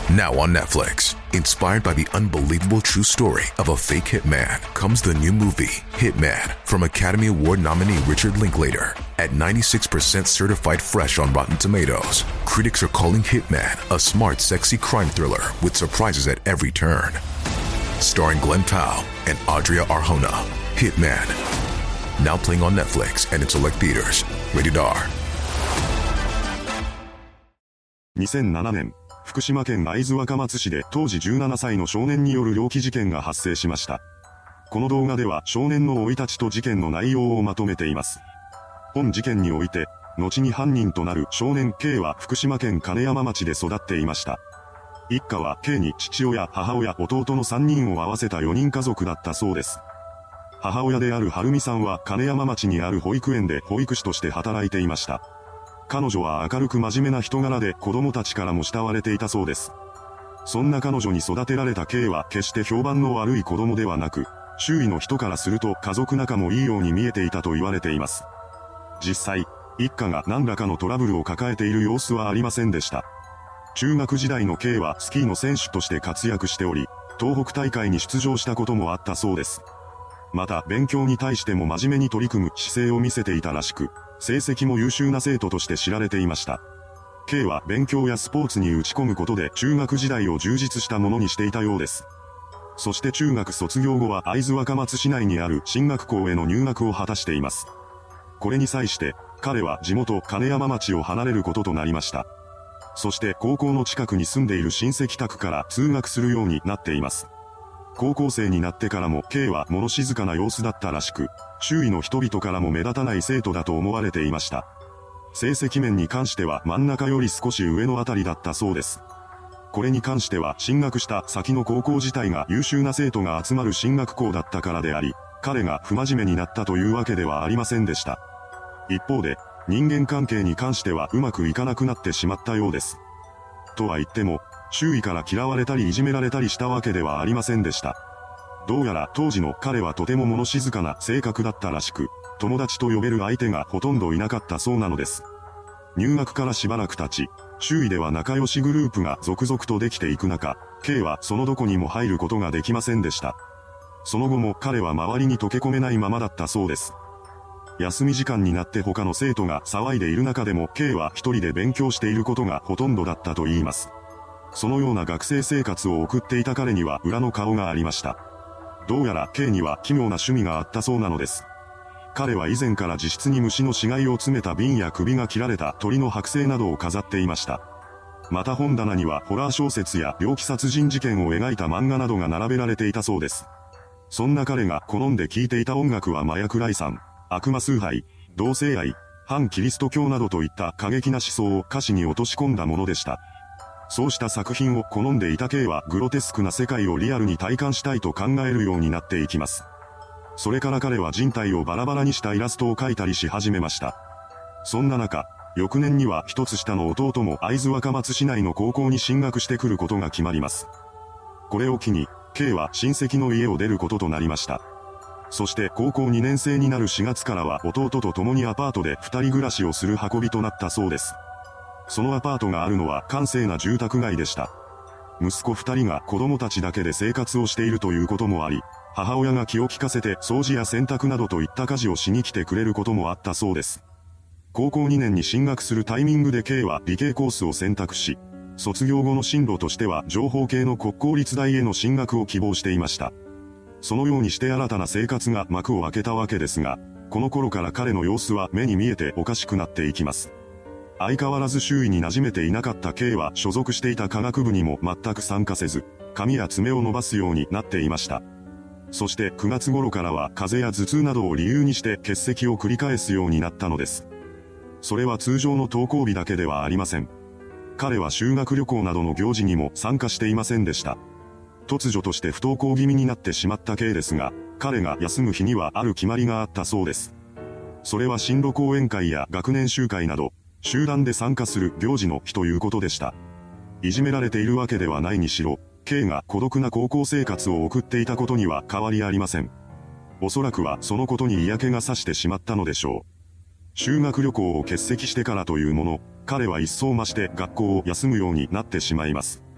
Now on Netflix, inspired by the unbelievable true story of a fake hitman, comes the new movie, Hitman, from Academy Award nominee Richard Linklater. At 96% certified fresh on Rotten Tomatoes, critics are calling Hitman a smart, sexy crime thriller with surprises at every turn. Starring Glenn Powell and Adria Arjona, Hitman. Now playing on Netflix and in select theaters. Rated R. 2007年、福島県会津若松市で当時17歳の少年による猟奇事件が発生しました。この動画では少年の生い立ちと事件の内容をまとめています。本事件において、後に犯人となる少年 K は福島県金山町で育っていました。一家は K に父親、母親、弟の3人を合わせた4人家族だったそうです。母親である晴美さんは金山町にある保育園で保育士として働いていました。彼女は明るく真面目な人柄で子供たちからも慕われていたそうです。そんな彼女に育てられた K は決して評判の悪い子供ではなく、周囲の人からすると家族仲もいいように見えていたと言われています。実際、一家が何らかのトラブルを抱えている様子はありませんでした。中学時代の K はスキーの選手として活躍しており、東北大会に出場したこともあったそうです。また勉強に対しても真面目に取り組む姿勢を見せていたらしく、成績も優秀な生徒として知られていました。K は勉強やスポーツに打ち込むことで中学時代を充実したものにしていたようです。そして中学卒業後は会津若松市内にある進学校への入学を果たしています。これに際して、彼は地元金山町を離れることとなりました。そして高校の近くに住んでいる親戚宅から通学するようになっています。高校生になってからも K は物静かな様子だったらしく、周囲の人々からも目立たない生徒だと思われていました。成績面に関しては真ん中より少し上のあたりだったそうです。これに関しては進学した先の高校自体が優秀な生徒が集まる進学校だったからであり、彼が不真面目になったというわけではありませんでした。一方で、人間関係に関してはうまくいかなくなってしまったようです。とは言っても、周囲から嫌われたりいじめられたりしたわけではありませんでした。どうやら当時の彼はとても物静かな性格だったらしく、友達と呼べる相手がほとんどいなかったそうなのです。入学からしばらく経ち、周囲では仲良しグループが続々とできていく中、K はそのどこにも入ることができませんでした。その後も彼は周りに溶け込めないままだったそうです。休み時間になって他の生徒が騒いでいる中でも K は一人で勉強していることがほとんどだったと言います。そのような学生生活を送っていた彼には裏の顔がありました。どうやら K には奇妙な趣味があったそうなのです。彼は以前から自室に虫の死骸を詰めた瓶や首が切られた鳥の剥製などを飾っていました。また本棚にはホラー小説や猟奇殺人事件を描いた漫画などが並べられていたそうです。そんな彼が好んで聴いていた音楽は麻薬来産、悪魔崇拝、同性愛、反キリスト教などといった過激な思想を歌詞に落とし込んだものでした。そうした作品を好んでいた K はグロテスクな世界をリアルに体感したいと考えるようになっていきます。それから彼は人体をバラバラにしたイラストを描いたりし始めました。そんな中、翌年には一つ下の弟も会津若松市内の高校に進学してくることが決まります。これを機に、K は親戚の家を出ることとなりました。そして高校2年生になる4月からは弟と共にアパートで二人暮らしをする運びとなったそうです。そのアパートがあるのは閑静な住宅街でした。息子二人が子供たちだけで生活をしているということもあり、母親が気を利かせて掃除や洗濯などといった家事をしに来てくれることもあったそうです。高校2年に進学するタイミングで K は理系コースを選択し、卒業後の進路としては情報系の国公立大への進学を希望していました。そのようにして新たな生活が幕を開けたわけですが、この頃から彼の様子は目に見えておかしくなっていきます。相変わらず周囲に馴染めていなかった K は所属していた科学部にも全く参加せず、髪や爪を伸ばすようになっていました。そして9月頃からは風邪や頭痛などを理由にして欠席を繰り返すようになったのです。それは通常の登校日だけではありません。彼は修学旅行などの行事にも参加していませんでした。突如として不登校気味になってしまった K ですが、彼が休む日にはある決まりがあったそうです。それは進路講演会や学年集会など、集団で参加する行事の日ということでした。いじめられているわけではないにしろ、K が孤独な高校生活を送っていたことには変わりありません。おそらくはそのことに嫌気がさしてしまったのでしょう。修学旅行を欠席してからというもの、彼は一層増して学校を休むようになってしまいます。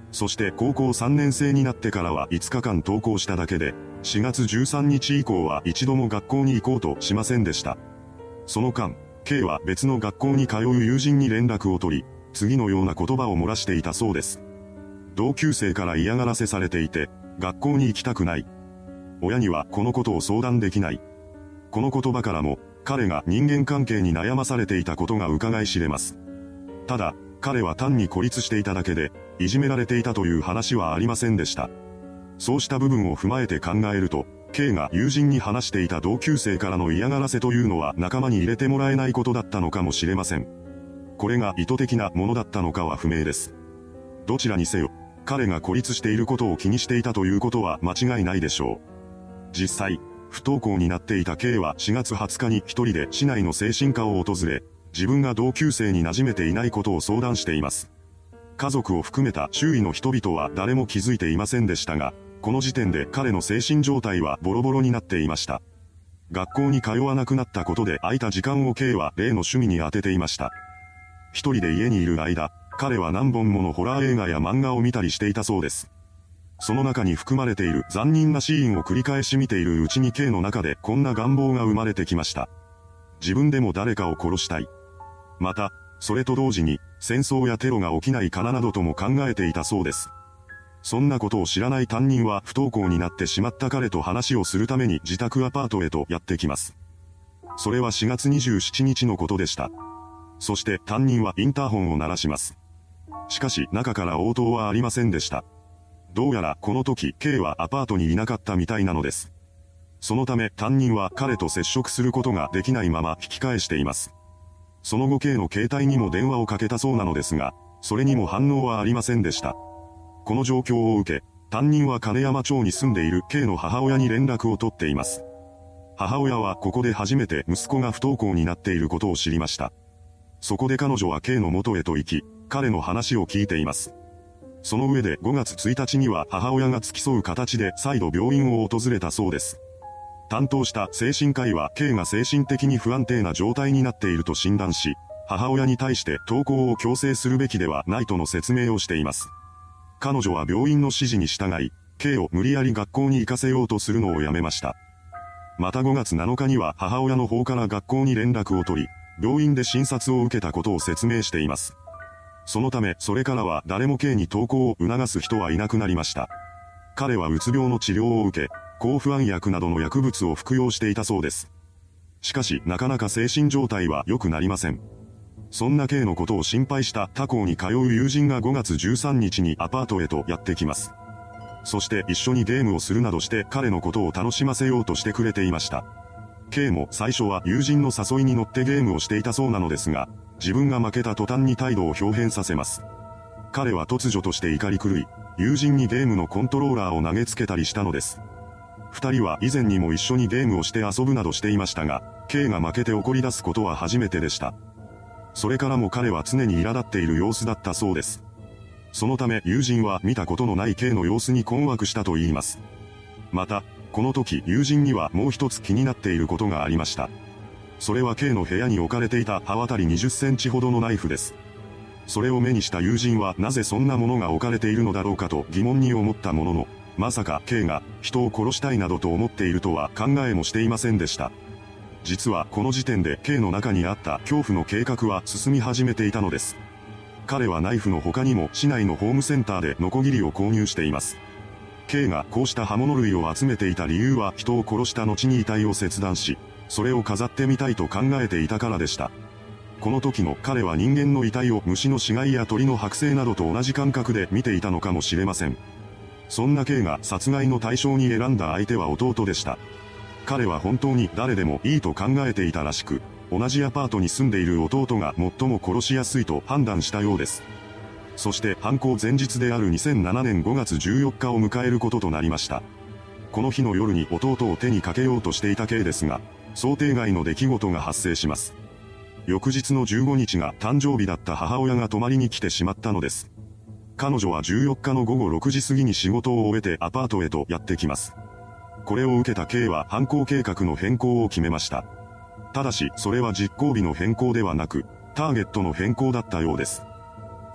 そして高校3年生になってからは5日間登校しただけで、4月13日以降は一度も学校に行こうとしませんでした。その間、K は別の学校に通う友人に連絡を取り、次のような言葉を漏らしていたそうです。同級生から嫌がらせされていて、学校に行きたくない。親にはこのことを相談できない。この言葉からも、彼が人間関係に悩まされていたことが伺い知れます。ただ、彼は単に孤立していただけで、いじめられていたという話はありませんでした。そうした部分を踏まえて考えると、K が友人に話していた同級生からの嫌がらせというのは仲間に入れてもらえないことだったのかもしれません。これが意図的なものだったのかは不明です。どちらにせよ、彼が孤立していることを気にしていたということは間違いないでしょう。実際、不登校になっていた K は4月20日に一人で市内の精神科を訪れ、自分が同級生に馴染めていないことを相談しています。家族を含めた周囲の人々は誰も気づいていませんでしたが、この時点で彼の精神状態はボロボロになっていました。学校に通わなくなったことで空いた時間を K は例の趣味に当てていました。一人で家にいる間、彼は何本ものホラー映画や漫画を見たりしていたそうです。その中に含まれている残忍なシーンを繰り返し見ているうちに K の中でこんな願望が生まれてきました。自分でも誰かを殺したい。また、それと同時に戦争やテロが起きないかななどとも考えていたそうです。そんなことを知らない担任は不登校になってしまった彼と話をするために自宅アパートへとやってきます。それは4月27日のことでした。そして担任はインターホンを鳴らします。しかし中から応答はありませんでした。どうやらこの時 K はアパートにいなかったみたいなのです。そのため担任は彼と接触することができないまま引き返しています。その後 K の携帯にも電話をかけたそうなのですが、それにも反応はありませんでした。この状況を受け、担任は金山町に住んでいる K の母親に連絡を取っています。母親はここで初めて息子が不登校になっていることを知りました。そこで彼女は K の元へと行き、彼の話を聞いています。その上で5月1日には母親が付き添う形で再度病院を訪れたそうです。担当した精神科医は K が精神的に不安定な状態になっていると診断し、母親に対して登校を強制するべきではないとの説明をしています。彼女は病院の指示に従い、K を無理やり学校に行かせようとするのをやめました。また5月7日には母親の方から学校に連絡を取り、病院で診察を受けたことを説明しています。そのため、それからは誰も K に登校を促す人はいなくなりました。彼はうつ病の治療を受け、抗不安薬などの薬物を服用していたそうです。しかし、なかなか精神状態は良くなりません。そんな K のことを心配した他校に通う友人が5月13日にアパートへとやってきます。そして一緒にゲームをするなどして彼のことを楽しませようとしてくれていました。K も最初は友人の誘いに乗ってゲームをしていたそうなのですが、自分が負けた途端に態度を表変させます。彼は突如として怒り狂い、友人にゲームのコントローラーを投げつけたりしたのです。二人は以前にも一緒にゲームをして遊ぶなどしていましたが、K が負けて怒り出すことは初めてでした。それからも彼は常に苛立っている様子だったそうです。そのため友人は見たことのない K の様子に困惑したと言います。また、この時友人にはもう一つ気になっていることがありました。それは K の部屋に置かれていた刃渡り20センチほどのナイフです。それを目にした友人はなぜそんなものが置かれているのだろうかと疑問に思ったものの、まさか K が人を殺したいなどと思っているとは考えもしていませんでした。実はこの時点で K の中にあった恐怖の計画は進み始めていたのです。彼はナイフの他にも市内のホームセンターでノコギリを購入しています。K がこうした刃物類を集めていた理由は人を殺した後に遺体を切断し、それを飾ってみたいと考えていたからでした。この時の彼は人間の遺体を虫の死骸や鳥の剥製などと同じ感覚で見ていたのかもしれません。そんな K が殺害の対象に選んだ相手は弟でした。彼は本当に誰でもいいと考えていたらしく、同じアパートに住んでいる弟が最も殺しやすいと判断したようです。そして犯行前日である2007年5月14日を迎えることとなりました。この日の夜に弟を手にかけようとしていた K ですが、想定外の出来事が発生します。翌日の15日が誕生日だった母親が泊まりに来てしまったのです。彼女は14日の午後6時過ぎに仕事を終えてアパートへとやってきます。これを受けた K は犯行計画の変更を決めました。ただし、それは実行日の変更ではなく、ターゲットの変更だったようです。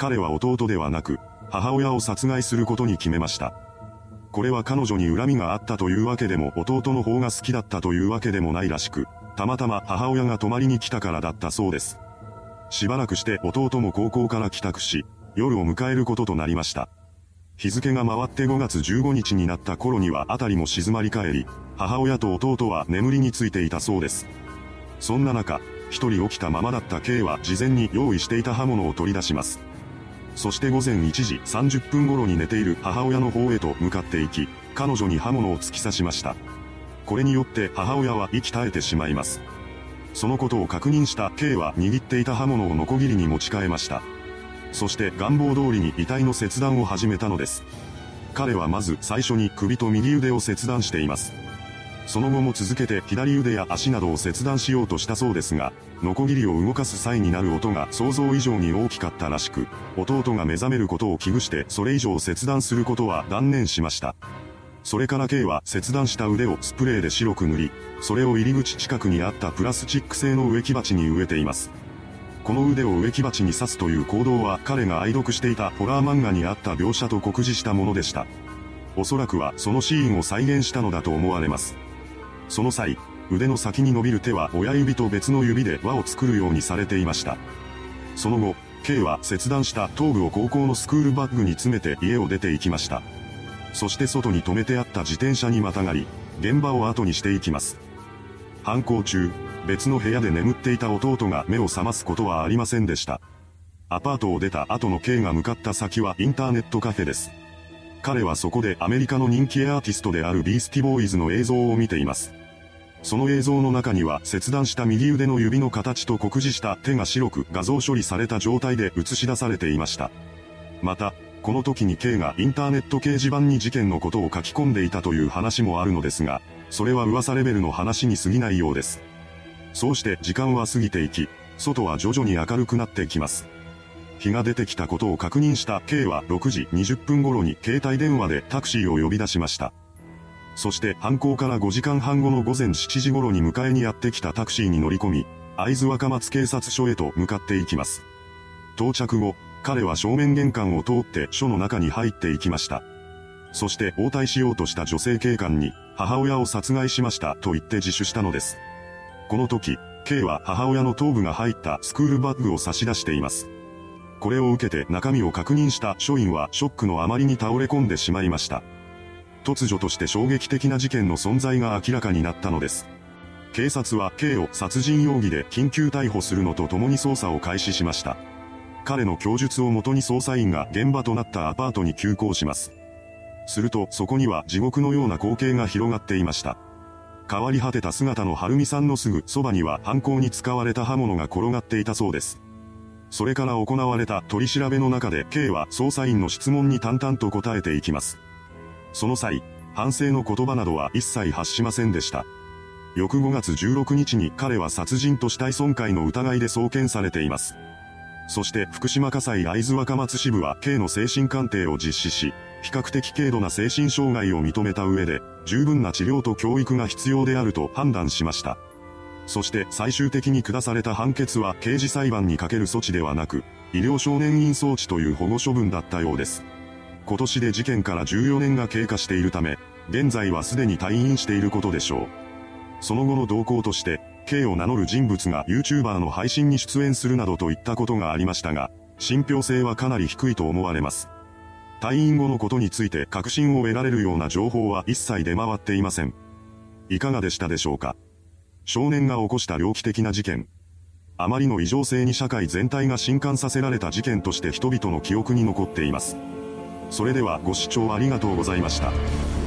彼は弟ではなく、母親を殺害することに決めました。これは彼女に恨みがあったというわけでも弟の方が好きだったというわけでもないらしく、たまたま母親が泊まりに来たからだったそうです。しばらくして弟も高校から帰宅し、夜を迎えることとなりました。日付が回って5月15日になった頃には辺りも静まり返り、母親と弟は眠りについていたそうです。そんな中、一人起きたままだった K は事前に用意していた刃物を取り出します。そして午前1時30分頃に寝ている母親の方へと向かっていき、彼女に刃物を突き刺しました。これによって母親は息絶えてしまいます。そのことを確認した K は握っていた刃物をノコギリに持ち替えました。そして願望通りに遺体の切断を始めたのです。彼はまず最初に首と右腕を切断しています。その後も続けて左腕や足などを切断しようとしたそうですが、ノコギリを動かす際になる音が想像以上に大きかったらしく、弟が目覚めることを危惧してそれ以上切断することは断念しました。それから K は切断した腕をスプレーで白く塗り、それを入り口近くにあったプラスチック製の植木鉢に植えています。この腕を植木鉢に刺すという行動は彼が愛読していたホラー漫画にあった描写と酷似したものでした。おそらくはそのシーンを再現したのだと思われます。その際、腕の先に伸びる手は親指と別の指で輪を作るようにされていました。その後、K は切断した頭部を高校のスクールバッグに詰めて家を出て行きました。そして外に止めてあった自転車にまたがり、現場を後にしていきます。犯行中、別の部屋で眠っていた弟が目を覚ますことはありませんでした。アパートを出た後の K が向かった先はインターネットカフェです。彼はそこでアメリカの人気アーティストであるビースティボーイズの映像を見ています。その映像の中には切断した右腕の指の形と酷似した手が白く画像処理された状態で映し出されていました。また、この時に K がインターネット掲示板に事件のことを書き込んでいたという話もあるのですが、それは噂レベルの話に過ぎないようです。そうして時間は過ぎていき、外は徐々に明るくなってきます。日が出てきたことを確認した K は6時20分頃に携帯電話でタクシーを呼び出しました。そして犯行から5時間半後の午前7時頃に迎えにやってきたタクシーに乗り込み、会津若松警察署へと向かっていきます。到着後、彼は正面玄関を通って署の中に入っていきました。そして応対しようとした女性警官に、母親を殺害しましたと言って自首したのです。この時、K は母親の頭部が入ったスクールバッグを差し出しています。これを受けて中身を確認した署員はショックのあまりに倒れ込んでしまいました。突如として衝撃的な事件の存在が明らかになったのです。警察は K を殺人容疑で緊急逮捕するのとともに捜査を開始しました。彼の供述をもとに捜査員が現場となったアパートに急行します。するとそこには地獄のような光景が広がっていました。変わり果てた姿の晴美さんのすぐそばには犯行に使われた刃物が転がっていたそうです。それから行われた取り調べの中で K は捜査員の質問に淡々と答えていきます。その際、反省の言葉などは一切発しませんでした。翌5月16日に彼は殺人と死体損壊の疑いで送検されています。そして福島家裁会津若松支部は K の精神鑑定を実施し、比較的軽度な精神障害を認めた上で、十分な治療と教育が必要であると判断しました。そして最終的に下された判決は刑事裁判にかける措置ではなく、医療少年院送致という保護処分だったようです。今年で事件から14年が経過しているため、現在はすでに退院していることでしょう。その後の動向として、K を名乗る人物が YouTuber の配信に出演するなどといったことがありましたが、信憑性はかなり低いと思われます。退院後のことについて確信を得られるような情報は一切出回っていません。いかがでしたでしょうか。少年が起こした猟奇的な事件。あまりの異常性に社会全体が震撼させられた事件として人々の記憶に残っています。それではご視聴ありがとうございました。